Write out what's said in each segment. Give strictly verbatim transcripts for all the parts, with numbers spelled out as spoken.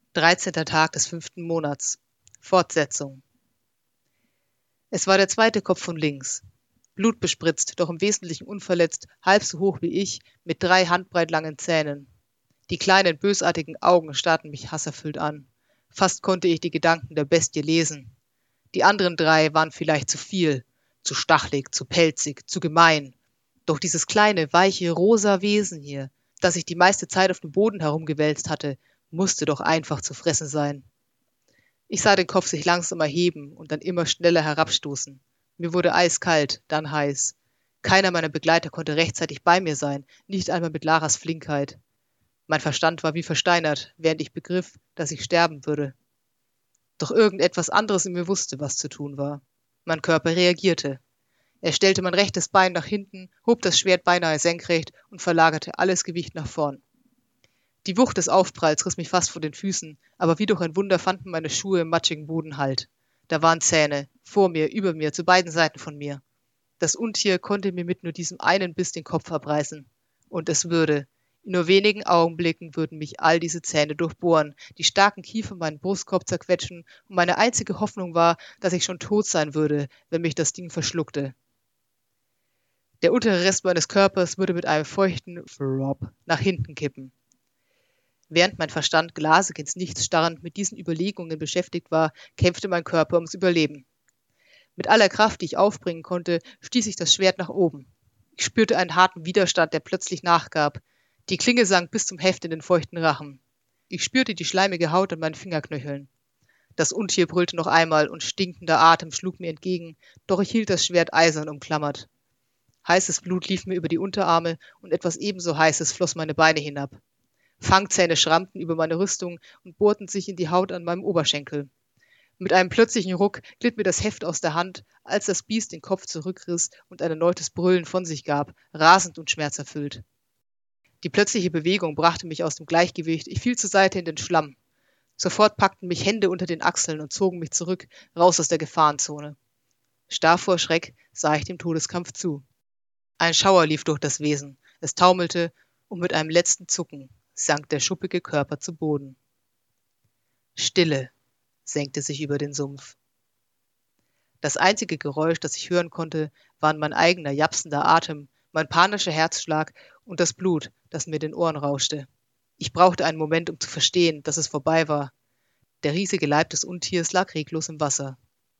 dreizehnter Tag des fünften Monats. Fortsetzung. Es war der zweite Kopf von links. Blutbespritzt, doch im Wesentlichen unverletzt, halb so hoch wie ich, mit drei handbreit langen Zähnen. Die kleinen, bösartigen Augen starrten mich hasserfüllt an. Fast konnte ich die Gedanken der Bestie lesen. Die anderen drei waren vielleicht zu viel, zu stachlig, zu pelzig, zu gemein. Doch dieses kleine, weiche, rosa Wesen hier, das sich die meiste Zeit auf dem Boden herumgewälzt hatte, musste doch einfach zu fressen sein. Ich sah den Kopf sich langsam erheben und dann immer schneller herabstoßen. Mir wurde eiskalt, dann heiß. Keiner meiner Begleiter konnte rechtzeitig bei mir sein, nicht einmal mit Laras Flinkheit. Mein Verstand war wie versteinert, während ich begriff, dass ich sterben würde. Doch irgendetwas anderes in mir wusste, was zu tun war. Mein Körper reagierte. Er stellte mein rechtes Bein nach hinten, hob das Schwert beinahe senkrecht und verlagerte alles Gewicht nach vorn. Die Wucht des Aufpralls riss mich fast vor den Füßen, aber wie durch ein Wunder fanden meine Schuhe im matschigen Boden Halt. Da waren Zähne, vor mir, über mir, zu beiden Seiten von mir. Das Untier konnte mir mit nur diesem einen Biss den Kopf abreißen. Und es würde. In nur wenigen Augenblicken würden mich all diese Zähne durchbohren, die starken Kiefer meinen Brustkorb zerquetschen, und meine einzige Hoffnung war, dass ich schon tot sein würde, wenn mich das Ding verschluckte. Der untere Rest meines Körpers würde mit einem feuchten Flop nach hinten kippen. Während mein Verstand glasig ins Nichts starrend mit diesen Überlegungen beschäftigt war, kämpfte mein Körper ums Überleben. Mit aller Kraft, die ich aufbringen konnte, stieß ich das Schwert nach oben. Ich spürte einen harten Widerstand, der plötzlich nachgab. Die Klinge sank bis zum Heft in den feuchten Rachen. Ich spürte die schleimige Haut an meinen Fingerknöcheln. Das Untier brüllte noch einmal und stinkender Atem schlug mir entgegen, doch ich hielt das Schwert eisern umklammert. Heißes Blut lief mir über die Unterarme und etwas ebenso Heißes floss meine Beine hinab. Fangzähne schrammten über meine Rüstung und bohrten sich in die Haut an meinem Oberschenkel. Mit einem plötzlichen Ruck glitt mir das Heft aus der Hand, als das Biest den Kopf zurückriss und ein erneutes Brüllen von sich gab, rasend und schmerzerfüllt. Die plötzliche Bewegung brachte mich aus dem Gleichgewicht, ich fiel zur Seite in den Schlamm. Sofort packten mich Hände unter den Achseln und zogen mich zurück, raus aus der Gefahrenzone. Starr vor Schreck sah ich dem Todeskampf zu. Ein Schauer lief durch das Wesen, es taumelte und mit einem letzten Zucken sank der schuppige Körper zu Boden. Stille senkte sich über den Sumpf. Das einzige Geräusch, das ich hören konnte, waren mein eigener japsender Atem, mein panischer Herzschlag und das Blut, das mir den Ohren rauschte. Ich brauchte einen Moment, um zu verstehen, dass es vorbei war. Der riesige Leib des Untiers lag reglos im Wasser.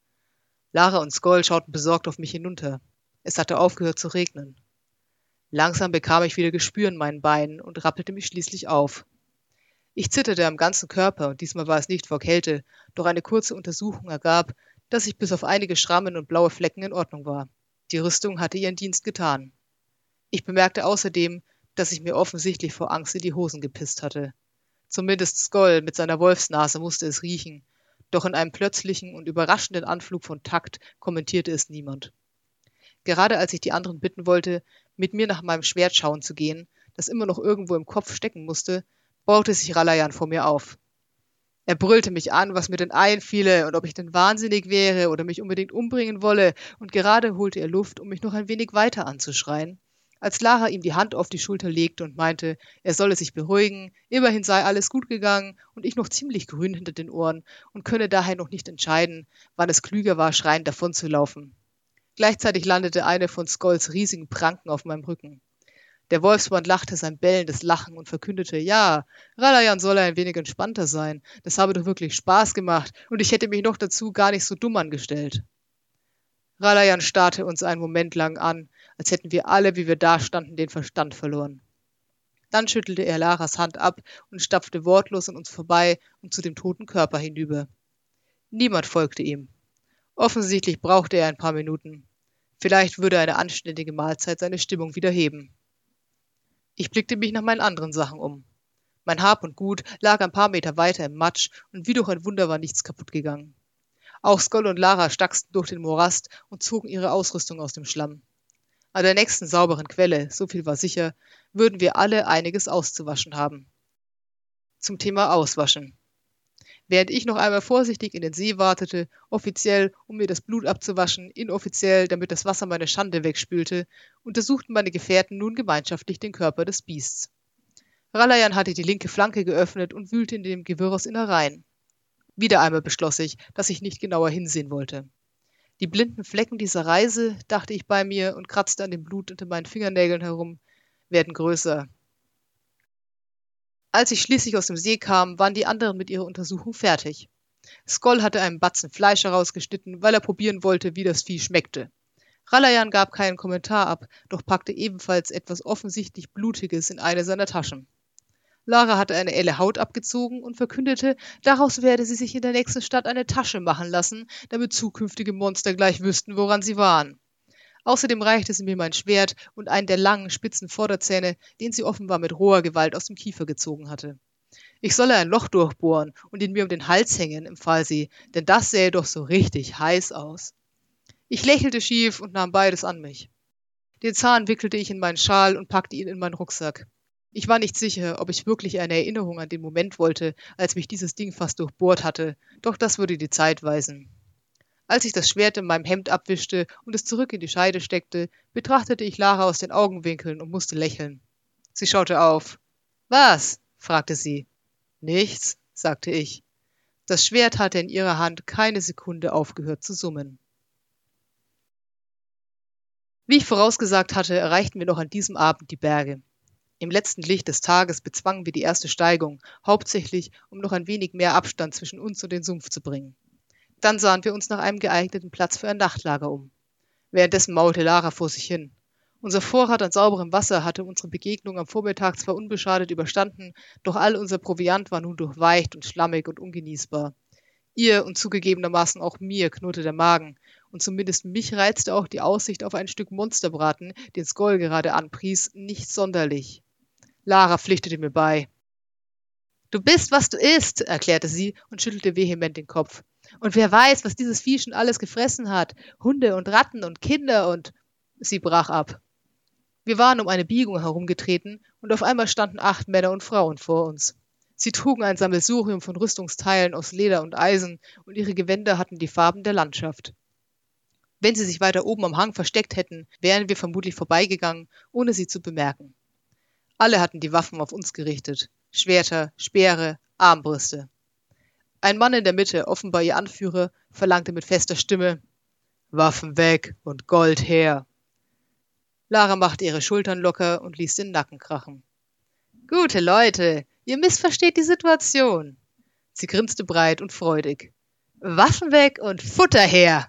Lara und Skoll schauten besorgt auf mich hinunter. Es hatte aufgehört zu regnen. Langsam bekam ich wieder Gespür in meinen Beinen und rappelte mich schließlich auf. Ich zitterte am ganzen Körper und diesmal war es nicht vor Kälte, doch eine kurze Untersuchung ergab, dass ich bis auf einige Schrammen und blaue Flecken in Ordnung war. Die Rüstung hatte ihren Dienst getan. Ich bemerkte außerdem, dass ich mir offensichtlich vor Angst in die Hosen gepisst hatte. Zumindest Skoll mit seiner Wolfsnase musste es riechen, doch in einem plötzlichen und überraschenden Anflug von Takt kommentierte es niemand. Gerade als ich die anderen bitten wollte, mit mir nach meinem Schwert schauen zu gehen, das immer noch irgendwo im Kopf stecken musste, baute sich Ralayan vor mir auf. Er brüllte mich an, was mir denn einfiele und ob ich denn wahnsinnig wäre oder mich unbedingt umbringen wolle, und gerade holte er Luft, um mich noch ein wenig weiter anzuschreien, als Lara ihm die Hand auf die Schulter legte und meinte, er solle sich beruhigen, immerhin sei alles gut gegangen und ich noch ziemlich grün hinter den Ohren und könne daher noch nicht entscheiden, wann es klüger war, schreiend davonzulaufen. Gleichzeitig landete eine von Skolls riesigen Pranken auf meinem Rücken. Der Wolfsmann lachte sein bellendes Lachen und verkündete, ja, Ralayan solle ein wenig entspannter sein, das habe doch wirklich Spaß gemacht und ich hätte mich noch dazu gar nicht so dumm angestellt. Ralayan starrte uns einen Moment lang an, als hätten wir alle, wie wir dastanden, den Verstand verloren. Dann schüttelte er Laras Hand ab und stapfte wortlos an uns vorbei und zu dem toten Körper hinüber. Niemand folgte ihm. Offensichtlich brauchte er ein paar Minuten. Vielleicht würde eine anständige Mahlzeit seine Stimmung wieder heben. Ich blickte mich nach meinen anderen Sachen um. Mein Hab und Gut lag ein paar Meter weiter im Matsch und wie durch ein Wunder war nichts kaputt gegangen. Auch Skoll und Lara stachsten durch den Morast und zogen ihre Ausrüstung aus dem Schlamm. An der nächsten sauberen Quelle, so viel war sicher, würden wir alle einiges auszuwaschen haben. Zum Thema Auswaschen. Während ich noch einmal vorsichtig in den See wartete, offiziell, um mir das Blut abzuwaschen, inoffiziell, damit das Wasser meine Schande wegspülte, untersuchten meine Gefährten nun gemeinschaftlich den Körper des Biests. Ralayan hatte die linke Flanke geöffnet und wühlte in dem Gewirr aus Innereien. Wieder einmal beschloss ich, dass ich nicht genauer hinsehen wollte. Die blinden Flecken dieser Reise, dachte ich bei mir und kratzte an dem Blut unter meinen Fingernägeln herum, werden größer. Als ich schließlich aus dem See kam, waren die anderen mit ihrer Untersuchung fertig. Skoll hatte einen Batzen Fleisch herausgeschnitten, weil er probieren wollte, wie das Vieh schmeckte. Ralayan gab keinen Kommentar ab, doch packte ebenfalls etwas offensichtlich Blutiges in eine seiner Taschen. Lara hatte eine Elle Haut abgezogen und verkündete, daraus werde sie sich in der nächsten Stadt eine Tasche machen lassen, damit zukünftige Monster gleich wüssten, woran sie waren. Außerdem reichte sie mir mein Schwert und einen der langen, spitzen Vorderzähne, den sie offenbar mit roher Gewalt aus dem Kiefer gezogen hatte. Ich solle ein Loch durchbohren und ihn mir um den Hals hängen, empfahl sie, denn das sähe doch so richtig heiß aus. Ich lächelte schief und nahm beides an mich. Den Zahn wickelte ich in meinen Schal und packte ihn in meinen Rucksack. Ich war nicht sicher, ob ich wirklich eine Erinnerung an den Moment wollte, als mich dieses Ding fast durchbohrt hatte, doch das würde die Zeit weisen. Als ich das Schwert in meinem Hemd abwischte und es zurück in die Scheide steckte, betrachtete ich Lara aus den Augenwinkeln und musste lächeln. Sie schaute auf. »Was?« fragte sie. »Nichts«, sagte ich. Das Schwert hatte in ihrer Hand keine Sekunde aufgehört zu summen. Wie ich vorausgesagt hatte, erreichten wir noch an diesem Abend die Berge. Im letzten Licht des Tages bezwangen wir die erste Steigung, hauptsächlich, um noch ein wenig mehr Abstand zwischen uns und den Sumpf zu bringen. Dann sahen wir uns nach einem geeigneten Platz für ein Nachtlager um. Währenddessen maulte Lara vor sich hin. Unser Vorrat an sauberem Wasser hatte unsere Begegnung am Vormittag zwar unbeschadet überstanden, doch all unser Proviant war nun durchweicht und schlammig und ungenießbar. Ihr und zugegebenermaßen auch mir knurrte der Magen, und zumindest mich reizte auch die Aussicht auf ein Stück Monsterbraten, den Skoll gerade anpries, nicht sonderlich. Lara pflichtete mir bei. »Du bist, was du isst«, erklärte sie und schüttelte vehement den Kopf. »Und wer weiß, was dieses Vieh schon alles gefressen hat. Hunde und Ratten und Kinder und...« Sie brach ab. Wir waren um eine Biegung herumgetreten und auf einmal standen acht Männer und Frauen vor uns. Sie trugen ein Sammelsurium von Rüstungsteilen aus Leder und Eisen und ihre Gewänder hatten die Farben der Landschaft. Wenn sie sich weiter oben am Hang versteckt hätten, wären wir vermutlich vorbeigegangen, ohne sie zu bemerken. Alle hatten die Waffen auf uns gerichtet. Schwerter, Speere, Armbrüste. Ein Mann in der Mitte, offenbar ihr Anführer, verlangte mit fester Stimme: »Waffen weg und Gold her!« Lara machte ihre Schultern locker und ließ den Nacken krachen. »Gute Leute, ihr missversteht die Situation!« Sie grinste breit und freudig. »Waffen weg und Futter her!«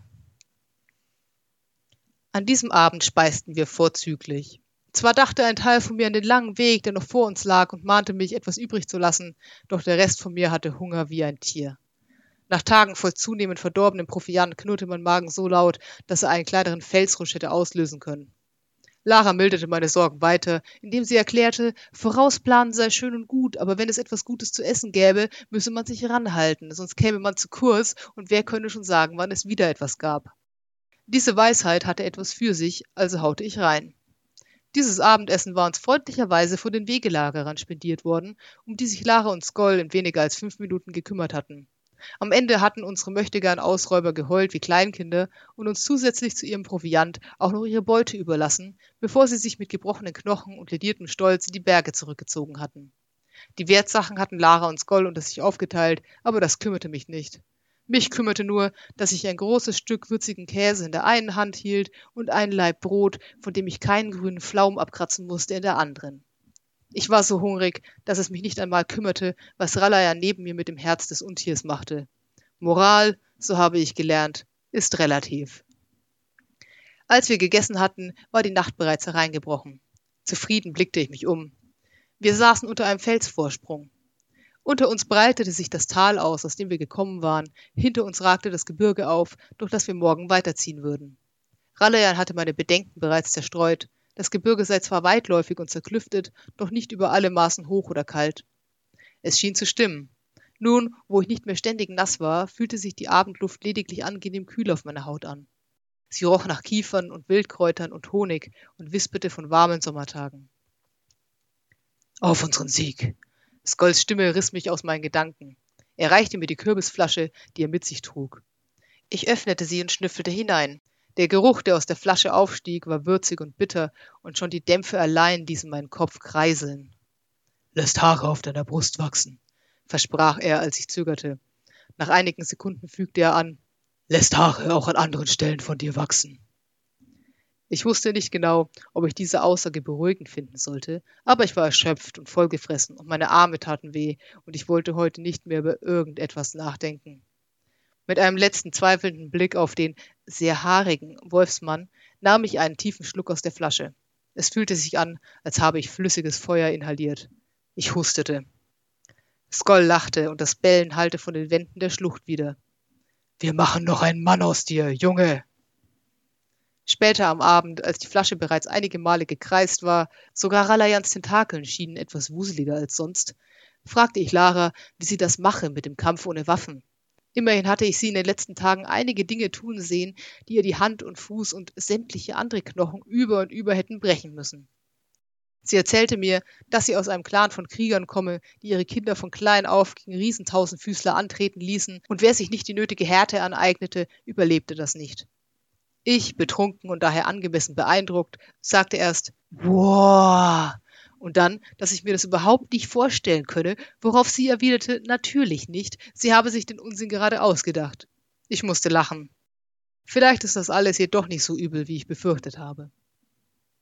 An diesem Abend speisten wir vorzüglich. Zwar dachte ein Teil von mir an den langen Weg, der noch vor uns lag, und mahnte mich, etwas übrig zu lassen, doch der Rest von mir hatte Hunger wie ein Tier. Nach Tagen voll zunehmend verdorbenem Proviant knurrte mein Magen so laut, dass er einen kleineren Felsrutsch hätte auslösen können. Lara milderte meine Sorgen weiter, indem sie erklärte, vorausplanen sei schön und gut, aber wenn es etwas Gutes zu essen gäbe, müsse man sich ranhalten, sonst käme man zu kurz und wer könne schon sagen, wann es wieder etwas gab. Diese Weisheit hatte etwas für sich, also haute ich rein. Dieses Abendessen war uns freundlicherweise von den Wegelagerern spendiert worden, um die sich Lara und Skoll in weniger als fünf Minuten gekümmert hatten. Am Ende hatten unsere Möchtegern-Ausräuber geheult wie Kleinkinder und uns zusätzlich zu ihrem Proviant auch noch ihre Beute überlassen, bevor sie sich mit gebrochenen Knochen und lediertem Stolz in die Berge zurückgezogen hatten. Die Wertsachen hatten Lara und Skoll unter sich aufgeteilt, aber das kümmerte mich nicht. Mich kümmerte nur, dass ich ein großes Stück würzigen Käse in der einen Hand hielt und einen Laib Brot, von dem ich keinen grünen Pflaumen abkratzen musste, in der anderen. Ich war so hungrig, dass es mich nicht einmal kümmerte, was Ralayan neben mir mit dem Herz des Untiers machte. Moral, so habe ich gelernt, ist relativ. Als wir gegessen hatten, war die Nacht bereits hereingebrochen. Zufrieden blickte ich mich um. Wir saßen unter einem Felsvorsprung. Unter uns breitete sich das Tal aus, aus dem wir gekommen waren. Hinter uns ragte das Gebirge auf, durch das wir morgen weiterziehen würden. Ralayan hatte meine Bedenken bereits zerstreut. Das Gebirge sei zwar weitläufig und zerklüftet, doch nicht über alle Maßen hoch oder kalt. Es schien zu stimmen. Nun, wo ich nicht mehr ständig nass war, fühlte sich die Abendluft lediglich angenehm kühl auf meiner Haut an. Sie roch nach Kiefern und Wildkräutern und Honig und wisperte von warmen Sommertagen. »Auf unseren Sieg!« Skolls Stimme riss mich aus meinen Gedanken. Er reichte mir die Kürbisflasche, die er mit sich trug. Ich öffnete sie und schnüffelte hinein. Der Geruch, der aus der Flasche aufstieg, war würzig und bitter, und schon die Dämpfe allein ließen meinen Kopf kreiseln. Lässt Haare auf deiner Brust wachsen, versprach er, als ich zögerte. Nach einigen Sekunden fügte er an, lässt Haare auch an anderen Stellen von dir wachsen. Ich wusste nicht genau, ob ich diese Aussage beruhigend finden sollte, aber ich war erschöpft und vollgefressen und meine Arme taten weh und ich wollte heute nicht mehr über irgendetwas nachdenken. Mit einem letzten zweifelnden Blick auf den sehr haarigen Wolfsmann nahm ich einen tiefen Schluck aus der Flasche. Es fühlte sich an, als habe ich flüssiges Feuer inhaliert. Ich hustete. Skoll lachte und das Bellen hallte von den Wänden der Schlucht wieder. Wir machen noch einen Mann aus dir, Junge! Später am Abend, als die Flasche bereits einige Male gekreist war, sogar Ralayans Tentakeln schienen etwas wuseliger als sonst, fragte ich Lara, wie sie das mache mit dem Kampf ohne Waffen. Immerhin hatte ich sie in den letzten Tagen einige Dinge tun sehen, die ihr die Hand und Fuß und sämtliche andere Knochen über und über hätten brechen müssen. Sie erzählte mir, dass sie aus einem Clan von Kriegern komme, die ihre Kinder von klein auf gegen Riesentausendfüßler antreten ließen, und wer sich nicht die nötige Härte aneignete, überlebte das nicht. Ich, betrunken und daher angemessen beeindruckt, sagte erst »Wow!« und dann, dass ich mir das überhaupt nicht vorstellen könne, worauf sie erwiderte, natürlich nicht, sie habe sich den Unsinn gerade ausgedacht. Ich musste lachen. Vielleicht ist das alles jedoch nicht so übel, wie ich befürchtet habe.